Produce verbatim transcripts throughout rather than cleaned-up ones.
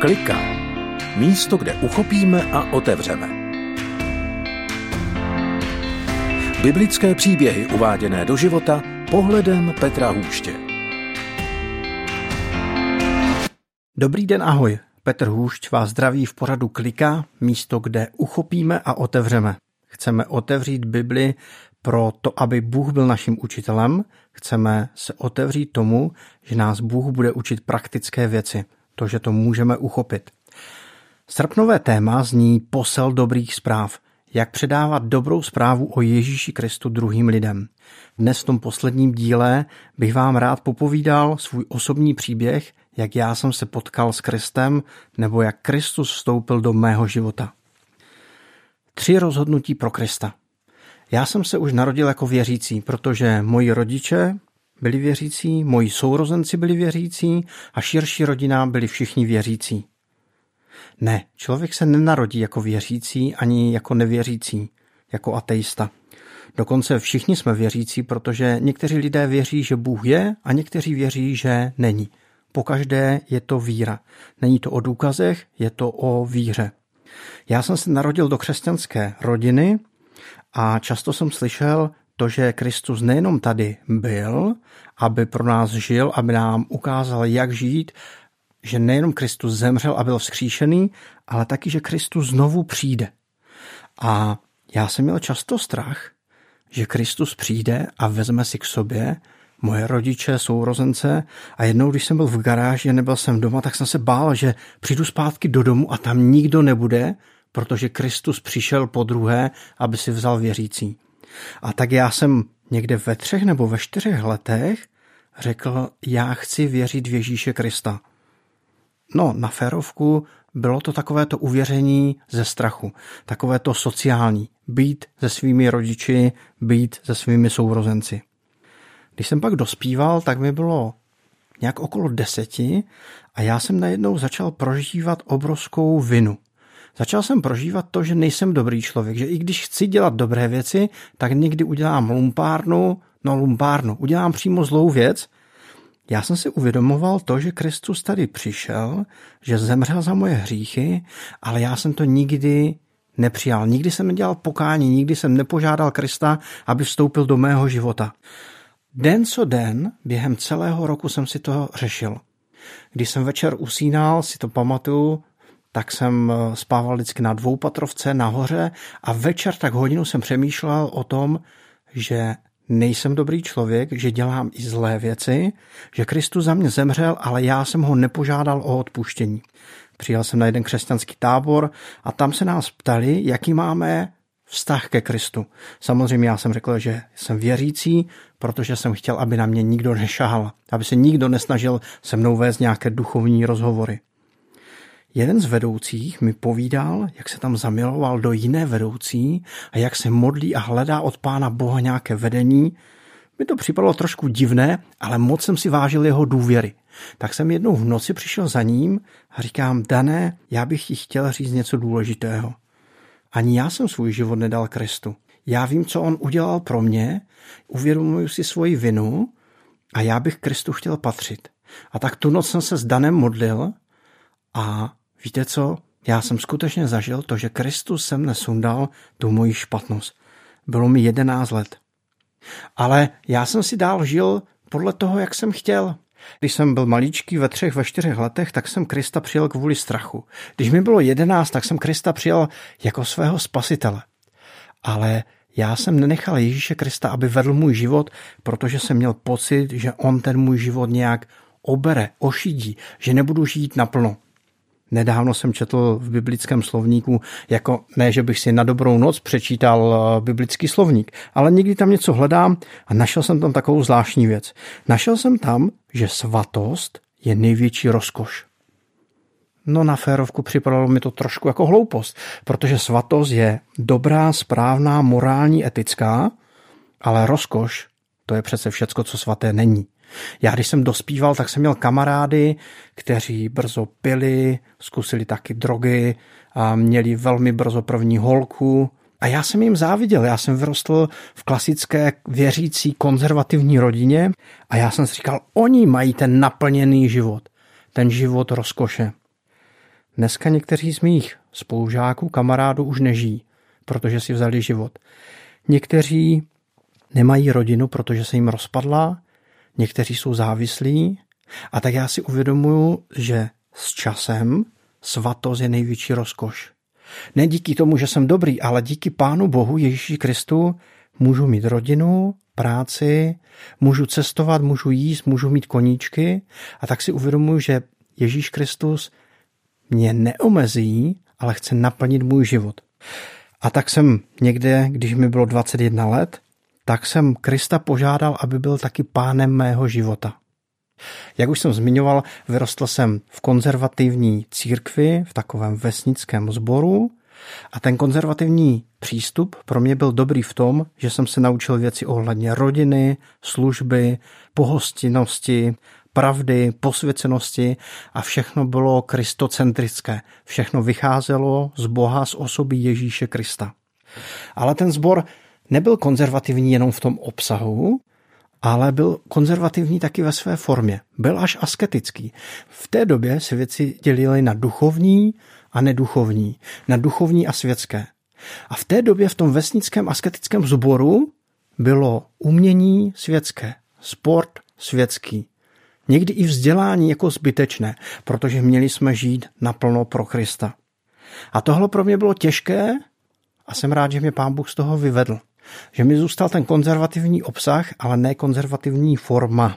Klika. Místo, kde uchopíme a otevřeme. Biblické příběhy uváděné do života pohledem Petra Hůště. Dobrý den, ahoj. Petr Hůšť vás zdraví v pořadu Klika, místo, kde uchopíme a otevřeme. Chceme otevřít Bibli pro to, aby Bůh byl naším učitelem. Chceme se otevřít tomu, že nás Bůh bude učit praktické věci, to, že to můžeme uchopit. Srpnové téma zní posel dobrých zpráv. Jak předávat dobrou zprávu o Ježíši Kristu druhým lidem. Dnes v tom posledním díle bych vám rád popovídal svůj osobní příběh, jak já jsem se potkal s Kristem, nebo jak Kristus vstoupil do mého života. Tři rozhodnutí pro Krista. Já jsem se už narodil jako věřící, protože moji rodiče byli věřící, moji sourozenci byli věřící a širší rodina byli všichni věřící. Ne, člověk se nenarodí jako věřící ani jako nevěřící, jako ateista. Dokonce všichni jsme věřící, protože někteří lidé věří, že Bůh je a někteří věří, že není. Pokaždé je to víra. Není to o důkazech, je to o víře. Já jsem se narodil do křesťanské rodiny a často jsem slyšel to, že Kristus nejenom tady byl, aby pro nás žil, aby nám ukázal, jak žít, že nejenom Kristus zemřel a byl vzkříšený, ale taky, že Kristus znovu přijde. A já jsem měl často strach, že Kristus přijde a vezme si k sobě moje rodiče, sourozence a jednou, když jsem byl v garáži a nebyl jsem doma, tak jsem se bál, že přijdu zpátky do domu a tam nikdo nebude, protože Kristus přišel podruhé, aby si vzal věřící. A tak já jsem někde ve třech nebo ve čtyřech letech řekl, já chci věřit v Ježíše Krista. No, na férovku bylo to takovéto uvěření ze strachu, takovéto sociální, být se svými rodiči, být se svými sourozenci. Když jsem pak dospíval, tak mi bylo nějak okolo deseti a já jsem najednou začal prožívat obrovskou vinu. Začal jsem prožívat to, že nejsem dobrý člověk, že i když chci dělat dobré věci, tak někdy udělám lumpárnu, no lumpárnu, udělám přímo zlou věc. Já jsem si uvědomoval to, že Kristus tady přišel, že zemřel za moje hříchy, ale já jsem to nikdy nepřijal. Nikdy jsem nedělal pokání, nikdy jsem nepožádal Krista, aby vstoupil do mého života. Den co den, během celého roku jsem si to řešil. Když jsem večer usínal, si to pamatuju, tak jsem spával vždycky na dvoupatrovce nahoře a večer tak hodinu jsem přemýšlel o tom, že nejsem dobrý člověk, že dělám i zlé věci, že Kristus za mě zemřel, ale já jsem ho nepožádal o odpuštění. Přijel jsem na jeden křesťanský tábor a tam se nás ptali, jaký máme vztah ke Kristu. Samozřejmě já jsem řekl, že jsem věřící, protože jsem chtěl, aby na mě nikdo nešahal, aby se nikdo nesnažil se mnou vést nějaké duchovní rozhovory. Jeden z vedoucích mi povídal, jak se tam zamiloval do jiné vedoucí a jak se modlí a hledá od Pána Boha nějaké vedení. Mi to připadalo trošku divné, ale moc jsem si vážil jeho důvěry. Tak jsem jednou v noci přišel za ním a říkám, Dané, já bych ti chtěl říct něco důležitého. Ani já jsem svůj život nedal Kristu. Já vím, co on udělal pro mě, uvědomuji si svoji vinu a já bych Kristu chtěl patřit. A tak tu noc jsem se s Danem modlil a víte co? Já jsem skutečně zažil to, že Kristus se mne sundal tu moji špatnost. Bylo mi jedenáct let. Ale já jsem si dál žil podle toho, jak jsem chtěl. Když jsem byl maličký ve třech, ve čtyřech letech, tak jsem Krista přijal kvůli strachu. Když mi bylo jedenáct, tak jsem Krista přijal jako svého spasitele. Ale já jsem nenechal Ježíše Krista, aby vedl můj život, protože jsem měl pocit, že on ten můj život nějak obere, ošidí, že nebudu žít naplno. Nedávno jsem četl v biblickém slovníku, jako ne, že bych si na dobrou noc přečítal biblický slovník, ale někdy tam něco hledám a našel jsem tam takovou zvláštní věc. Našel jsem tam, že svatost je největší rozkoš. No na férovku připadalo mi to trošku jako hloupost, protože svatost je dobrá, správná, morální, etická, ale rozkoš to je přece všecko, co svaté není. Já když jsem dospíval, tak jsem měl kamarády, kteří brzo pili, zkusili taky drogy a měli velmi brzo první holku. A já jsem jim záviděl, já jsem vyrostl v klasické věřící konzervativní rodině a já jsem si říkal, oni mají ten naplněný život, ten život rozkoše. Dneska někteří z mých spolužáků, kamarádů už nežijí, protože si vzali život. Někteří nemají rodinu, protože se jim rozpadla, někteří jsou závislí a tak já si uvědomuju, že s časem svatost je největší rozkoš. Ne díky tomu, že jsem dobrý, ale díky Pánu Bohu Ježíši Kristu můžu mít rodinu, práci, můžu cestovat, můžu jíst, můžu mít koníčky a tak si uvědomuji, že Ježíš Kristus mě neomezí, ale chce naplnit můj život. A tak jsem někde, když mi bylo dvacet jedna let, tak jsem Krista požádal, aby byl taky pánem mého života. Jak už jsem zmiňoval, vyrostl jsem v konzervativní církvi, v takovém vesnickém sboru a ten konzervativní přístup pro mě byl dobrý v tom, že jsem se naučil věci ohledně rodiny, služby, pohostinnosti, pravdy, posvěcenosti a všechno bylo kristocentrické. Všechno vycházelo z Boha, z osoby Ježíše Krista. Ale ten sbor nebyl konzervativní jenom v tom obsahu, ale byl konzervativní taky ve své formě. Byl až asketický. V té době se věci dělily na duchovní a neduchovní, na duchovní a světské. A v té době v tom vesnickém asketickém sboru bylo umění světské, sport světský. Někdy i vzdělání jako zbytečné, protože měli jsme žít naplno pro Krista. A tohle pro mě bylo těžké a jsem rád, že mě Pán Bůh z toho vyvedl. Že mi zůstal ten konzervativní obsah, ale ne konzervativní forma.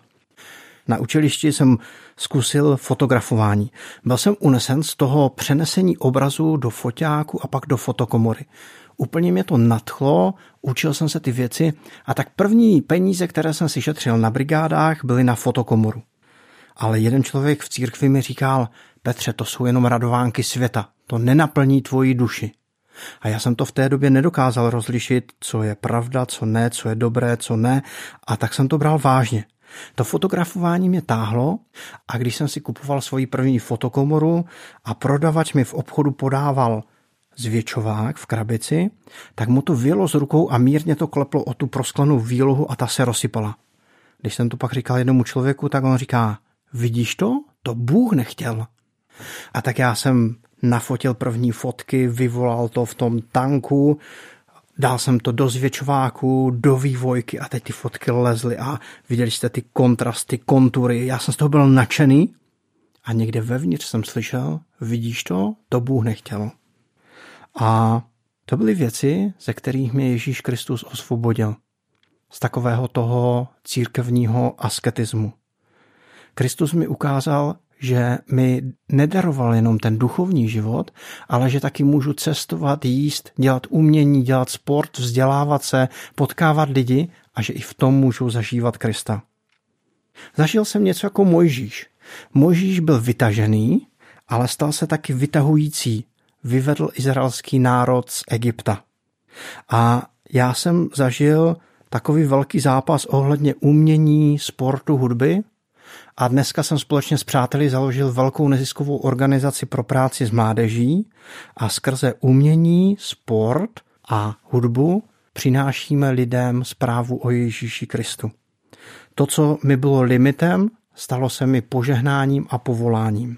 Na učilišti jsem zkusil fotografování. Byl jsem unesen z toho přenesení obrazu do foťáku a pak do fotokomory. Úplně mě to nadchlo, učil jsem se ty věci a tak první peníze, které jsem si šetřil na brigádách, byly na fotokomoru. Ale jeden člověk v církvi mi říkal, Petře, to jsou jenom radovánky světa, to nenaplní tvoji duši. A já jsem to v té době nedokázal rozlišit, co je pravda, co ne, co je dobré, co ne, a tak jsem to bral vážně. To fotografování mě táhlo a když jsem si kupoval svoji první fotokomoru a prodavač mi v obchodu podával zvětšovák v krabici, tak mu to vyjelo z rukou a mírně to kleplo o tu prosklenou výlohu a ta se rozsypala. Když jsem to pak říkal jednomu člověku, tak on říká, vidíš to? To Bůh nechtěl. A tak já jsem nafotil první fotky, vyvolal to v tom tanku, dal jsem to do zvětšováku, do vývojky a teď ty fotky lezly a viděli jste ty kontrasty, kontury. Já jsem z toho byl nadšený a někde vevnitř jsem slyšel, vidíš to? To Bůh nechtěl. A to byly věci, ze kterých mě Ježíš Kristus osvobodil. Z takového toho církevního asketismu. Kristus mi ukázal, že mi nedaroval jenom ten duchovní život, ale že taky můžu cestovat, jíst, dělat umění, dělat sport, vzdělávat se, potkávat lidi a že i v tom můžu zažívat Krista. Zažil jsem něco jako Mojžíš. Mojžíš byl vytažený, ale stal se taky vytahující. Vyvedl izraelský národ z Egypta. A já jsem zažil takový velký zápas ohledně umění, sportu, hudby a dneska jsem společně s přáteli založil velkou neziskovou organizaci pro práci s mládeží a skrze umění, sport a hudbu přinášíme lidem zprávu o Ježíši Kristu. To, co mi bylo limitem, stalo se mi požehnáním a povoláním.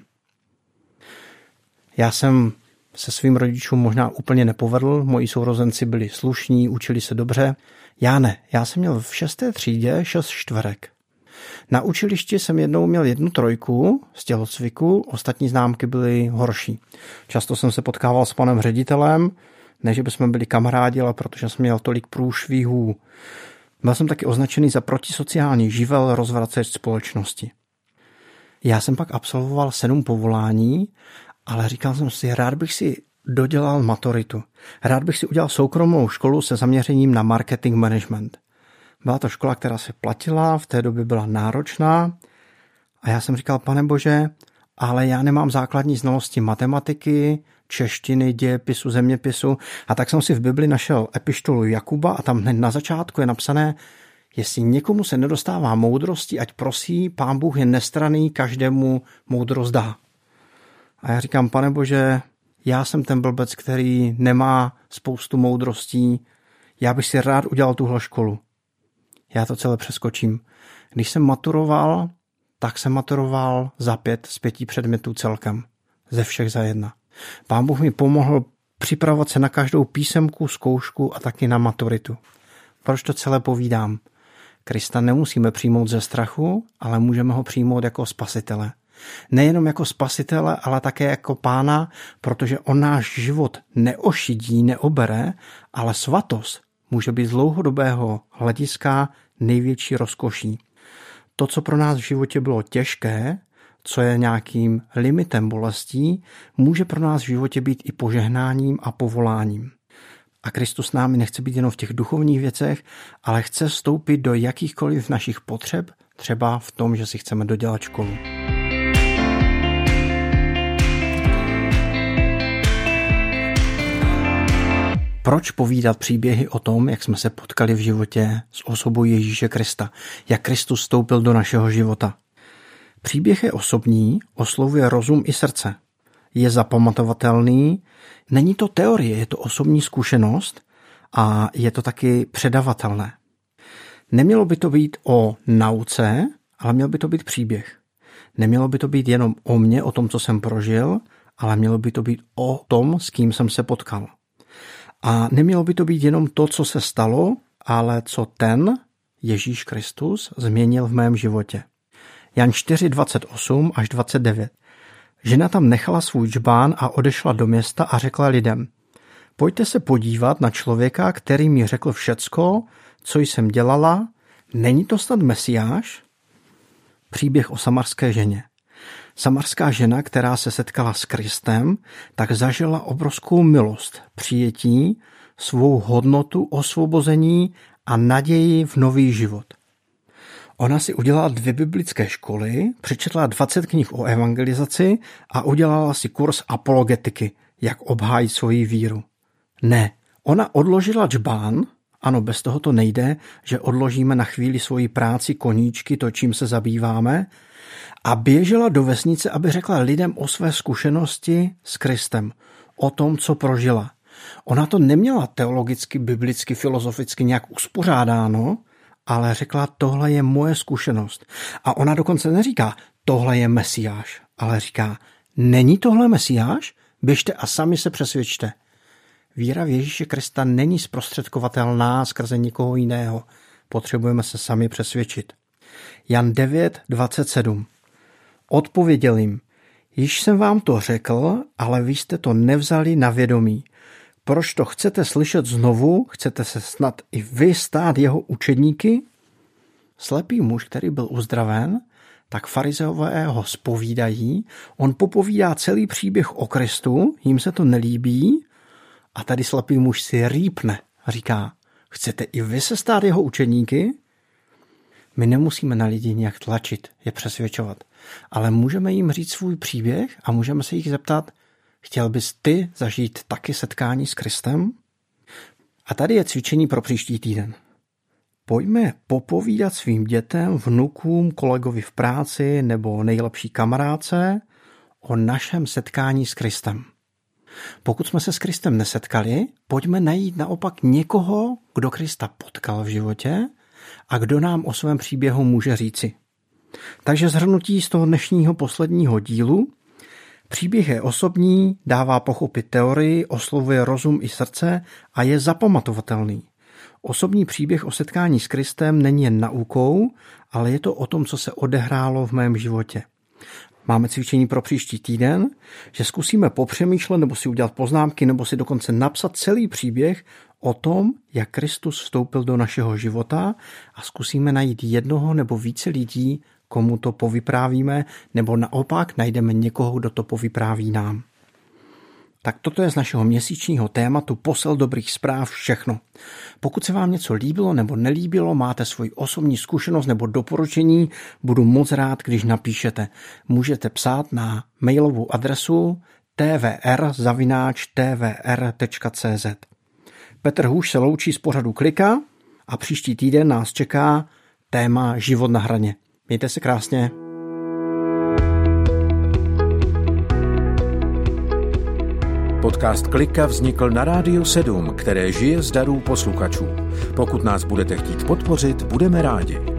Já jsem se svým rodičům možná úplně nepovedl, moji sourozenci byli slušní, učili se dobře. Já ne, já jsem měl v šesté třídě šest čtverek. Na učilišti jsem jednou měl jednu trojku z tělocviku, ostatní známky byly horší. Často jsem se potkával s panem ředitelem, ne, že bychom byli kamarádi, ale protože jsem měl tolik průšvihů. Byl jsem taky označený za protisociální živel, rozvraceč společnosti. Já jsem pak absolvoval sedm povolání, ale říkal jsem si, rád bych si dodělal maturitu. Rád bych si udělal soukromou školu se zaměřením na marketing management. Byla to škola, která se platila, v té době byla náročná a já jsem říkal, pane Bože, ale já nemám základní znalosti matematiky, češtiny, dějepisu, zeměpisu a tak jsem si v Bibli našel epištolu Jakuba a tam hned na začátku je napsané, jestli někomu se nedostává moudrosti, ať prosí, Pán Bůh je nestranný, každému moudrost dá. A já říkám, pane Bože, já jsem ten blbec, který nemá spoustu moudrostí, já bych si rád udělal tuhle školu. Já to celé přeskočím. Když jsem maturoval, tak jsem maturoval za pět z pěti předmětů celkem. ze všech za jedna. Pán Bůh mi pomohl připravovat se na každou písemku, zkoušku a taky na maturitu. Proč to celé povídám? Krista nemusíme přijmout ze strachu, ale můžeme ho přijmout jako spasitele. Nejenom jako spasitele, ale také jako pána, protože on náš život neošidí, neobere, ale svatost může být z dlouhodobého hlediska největší rozkoší. To, co pro nás v životě bylo těžké, co je nějakým limitem bolestí, může pro nás v životě být i požehnáním a povoláním. A Kristus s námi nechce být jenom v těch duchovních věcech, ale chce vstoupit do jakýchkoliv našich potřeb, třeba v tom, že si chceme dodělat školu. Proč povídat příběhy o tom, jak jsme se potkali v životě s osobou Ježíše Krista, jak Kristus vstoupil do našeho života? Příběh je osobní, oslovuje rozum i srdce. Je zapamatovatelný, není to teorie, je to osobní zkušenost a je to taky předavatelné. Nemělo by to být o nauce, ale měl by to být příběh. Nemělo by to být jenom o mně, o tom, co jsem prožil, ale mělo by to být o tom, s kým jsem se potkal. A nemělo by to být jenom to, co se stalo, ale co ten, Ježíš Kristus, změnil v mém životě. Jan čtyři, dvacet osm až dvacet devět. Žena tam nechala svůj džbán a odešla do města a řekla lidem: pojďte se podívat na člověka, který mi řekl všecko, co jsem dělala. Není to snad Mesiáš? Příběh o samarské ženě. Samarská žena, která se setkala s Kristem, tak zažila obrovskou milost, přijetí, svou hodnotu, osvobození a naději v nový život. Ona si udělala dvě biblické školy, přečetla dvacet knih o evangelizaci a udělala si kurz apologetiky, jak obhájit svoji víru. Ne, ona odložila džbán, ano, bez toho to nejde, že odložíme na chvíli svoji práci, koníčky, to, čím se zabýváme, a běžela do vesnice, aby řekla lidem o své zkušenosti s Kristem, o tom, co prožila. Ona to neměla teologicky, biblicky, filozoficky nějak uspořádáno, ale řekla, tohle je moje zkušenost. A ona dokonce neříká, tohle je Mesiáš, ale říká, není tohle Mesiáš? Běžte a sami se přesvědčte. Víra v Ježíše Krista není zprostředkovatelná skrze nikoho jiného. Potřebujeme se sami přesvědčit. Jan devět, dvacet sedm. Odpověděl jim, již jsem vám to řekl, ale vy jste to nevzali na vědomí. Proč to chcete slyšet znovu? Chcete se snad i vy stát jeho učedníky? Slepý muž, který byl uzdraven, tak farizeové ho zpovídají, on popovídá celý příběh o Kristu, jim se to nelíbí a tady slepý muž si rýpne a říká, chcete i vy se stát jeho učedníky? My nemusíme na lidi nějak tlačit, je přesvědčovat, ale můžeme jim říct svůj příběh a můžeme se jich zeptat, chtěl bys ty zažít taky setkání s Kristem? A tady je cvičení pro příští týden. Pojďme popovídat svým dětem, vnukům, kolegovi v práci nebo nejlepší kamarádce o našem setkání s Kristem. Pokud jsme se s Kristem nesetkali, pojďme najít naopak někoho, kdo Krista potkal v životě a kdo nám o svém příběhu může říci. Takže shrnutí z toho dnešního posledního dílu. Příběh je osobní, dává pochopit teorii, oslovuje rozum i srdce a je zapamatovatelný. Osobní příběh o setkání s Kristem není jen naukou, ale je to o tom, co se odehrálo v mém životě. Máme cvičení pro příští týden, že zkusíme popřemýšlet nebo si udělat poznámky nebo si dokonce napsat celý příběh o tom, jak Kristus vstoupil do našeho života a zkusíme najít jednoho nebo více lidí, komu to povyprávíme, nebo naopak najdeme někoho, kdo to povypráví nám. Tak toto je z našeho měsíčního tématu Posel dobrých zpráv všechno. Pokud se vám něco líbilo nebo nelíbilo, máte svoji osobní zkušenost nebo doporučení, budu moc rád, když napíšete. Můžete psát na mailovou adresu t v r zavináč t v r tečka c z. Petr Hůš se loučí z pořadu Klika a příští týden nás čeká téma Život na hraně. Mějte se krásně. Podcast Klika vznikl na Rádiu sedm, které žije z darů posluchačů. Pokud nás budete chtít podpořit, budeme rádi.